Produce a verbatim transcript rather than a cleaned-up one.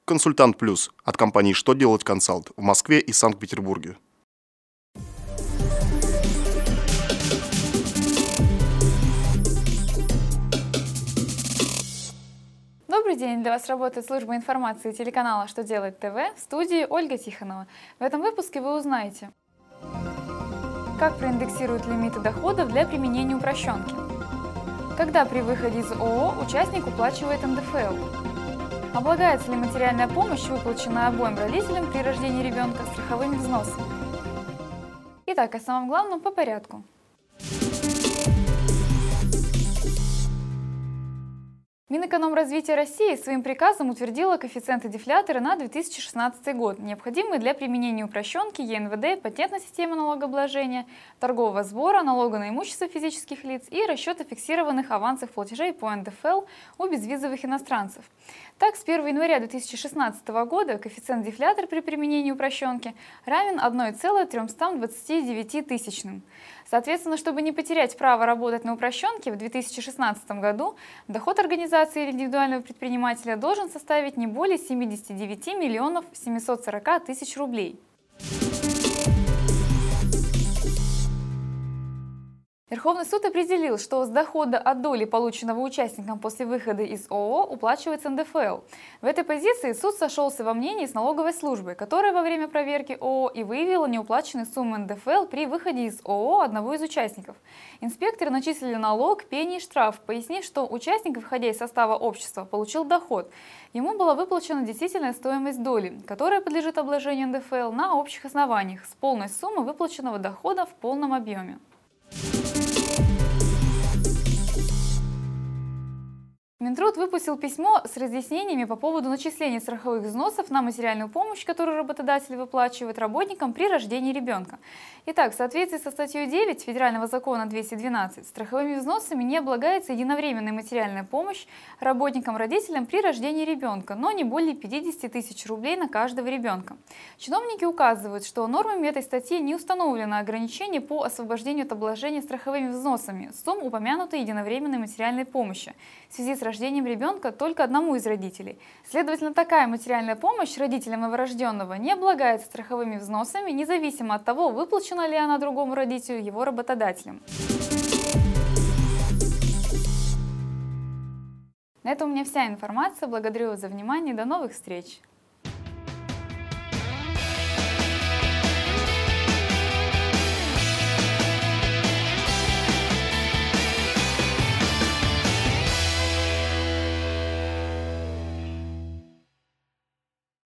Консультант Плюс от компании «Что делать консалт» в Москве и Санкт-Петербурге. Добрый день! Для вас работает служба информации телеканала «Что делать ТВ», в студии Ольга Тихонова. В этом выпуске вы узнаете, как проиндексируют лимиты доходов для применения упрощенки, когда при выходе из ООО участник уплачивает эн дэ эф эл, облагается ли материальная помощь, выплаченная обоим родителям при рождении ребенка, страховыми взносами. Итак, о самом главном по порядку. Минэкономразвития России своим приказом утвердила коэффициенты-дефляторы на две тысячи шестнадцатый год, необходимые для применения упрощенки е эн вэ дэ, патентной системы налогообложения, торгового сбора, налога на имущество физических лиц и расчета фиксированных авансов платежей по эн дэ эф эл у безвизовых иностранцев. Так, с первого января две тысячи шестнадцатого года коэффициент-дефлятор при применении упрощенки равен одной целой трёхстам двадцати девяти тысячным. Соответственно, чтобы не потерять право работать на упрощенке, в две тысячи шестнадцатом году доход организации или индивидуального предпринимателя должен составить не более семидесяти девяти миллионов семисот сорока тысяч рублей. Верховный суд определил, что с дохода от доли, полученного участником после выхода из ООО, уплачивается эн дэ эф эл. В этой позиции суд сошелся во мнении с налоговой службой, которая во время проверки ООО и выявила неуплаченные суммы эн дэ эф эл при выходе из ООО одного из участников. Инспекторы начислили налог, пени и штраф, пояснив, что участник, выходя из состава общества, получил доход. Ему была выплачена действительная стоимость доли, которая подлежит обложению эн дэ эф эл на общих основаниях с полной суммы выплаченного дохода в полном объеме. Минтруд выпустил письмо с разъяснениями по поводу начисления страховых взносов на материальную помощь, которую работодатель выплачивает работникам при рождении ребенка. Итак, в соответствии со статьей девять Федерального закона двести двенадцать, страховыми взносами не облагается единовременная материальная помощь работникам-родителям при рождении ребенка, но не более пятидесяти тысяч рублей на каждого ребенка. Чиновники указывают, что нормами этой статьи не установлено ограничение по освобождению от обложения страховыми взносами сумм упомянутой единовременной материальной помощи в связи с рождением ребенка только одному из родителей. Следовательно, такая материальная помощь родителям новорожденного не облагается страховыми взносами, независимо от того, выплачена ли она другому родителю его работодателем. На этом у меня вся информация. Благодарю вас за внимание. До новых встреч!